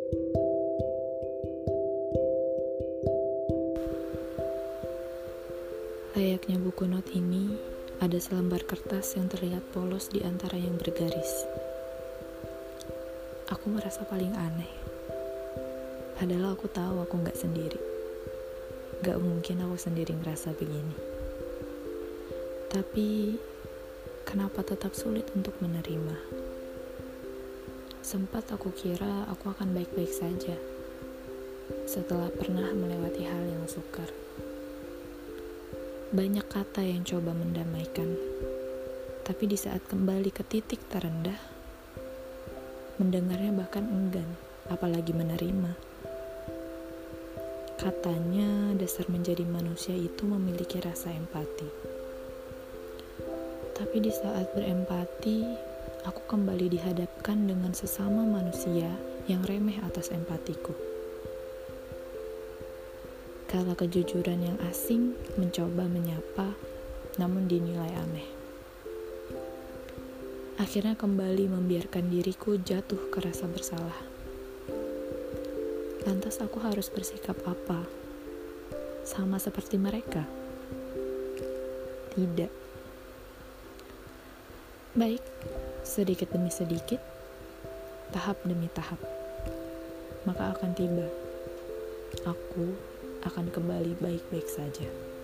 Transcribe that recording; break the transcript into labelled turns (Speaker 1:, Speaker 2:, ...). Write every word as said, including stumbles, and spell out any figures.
Speaker 1: Layaknya buku not ini, ada selembar kertas yang terlihat polos di antara yang bergaris. Aku merasa paling aneh. Padahal aku tahu aku gak sendiri. Gak mungkin aku sendiri ngerasa begini. Tapi, kenapa tetap sulit untuk menerima? Sempat aku kira aku akan baik-baik saja setelah pernah melewati hal yang sukar. Banyak kata yang coba mendamaikan, tapi di saat kembali ke titik terendah, mendengarnya bahkan enggan, apalagi menerima. Katanya dasar menjadi manusia itu memiliki rasa empati. Tapi di saat berempati, aku kembali dihadapkan dengan sesama manusia yang remeh atas empatiku. Kala kejujuran yang asing mencoba menyapa, namun dinilai aneh. Akhirnya kembali membiarkan diriku jatuh ke rasa bersalah. Lantas aku harus bersikap apa? Sama seperti mereka? Tidak. Baik, sedikit demi sedikit, tahap demi tahap, maka akan tiba. Aku akan kembali baik-baik saja.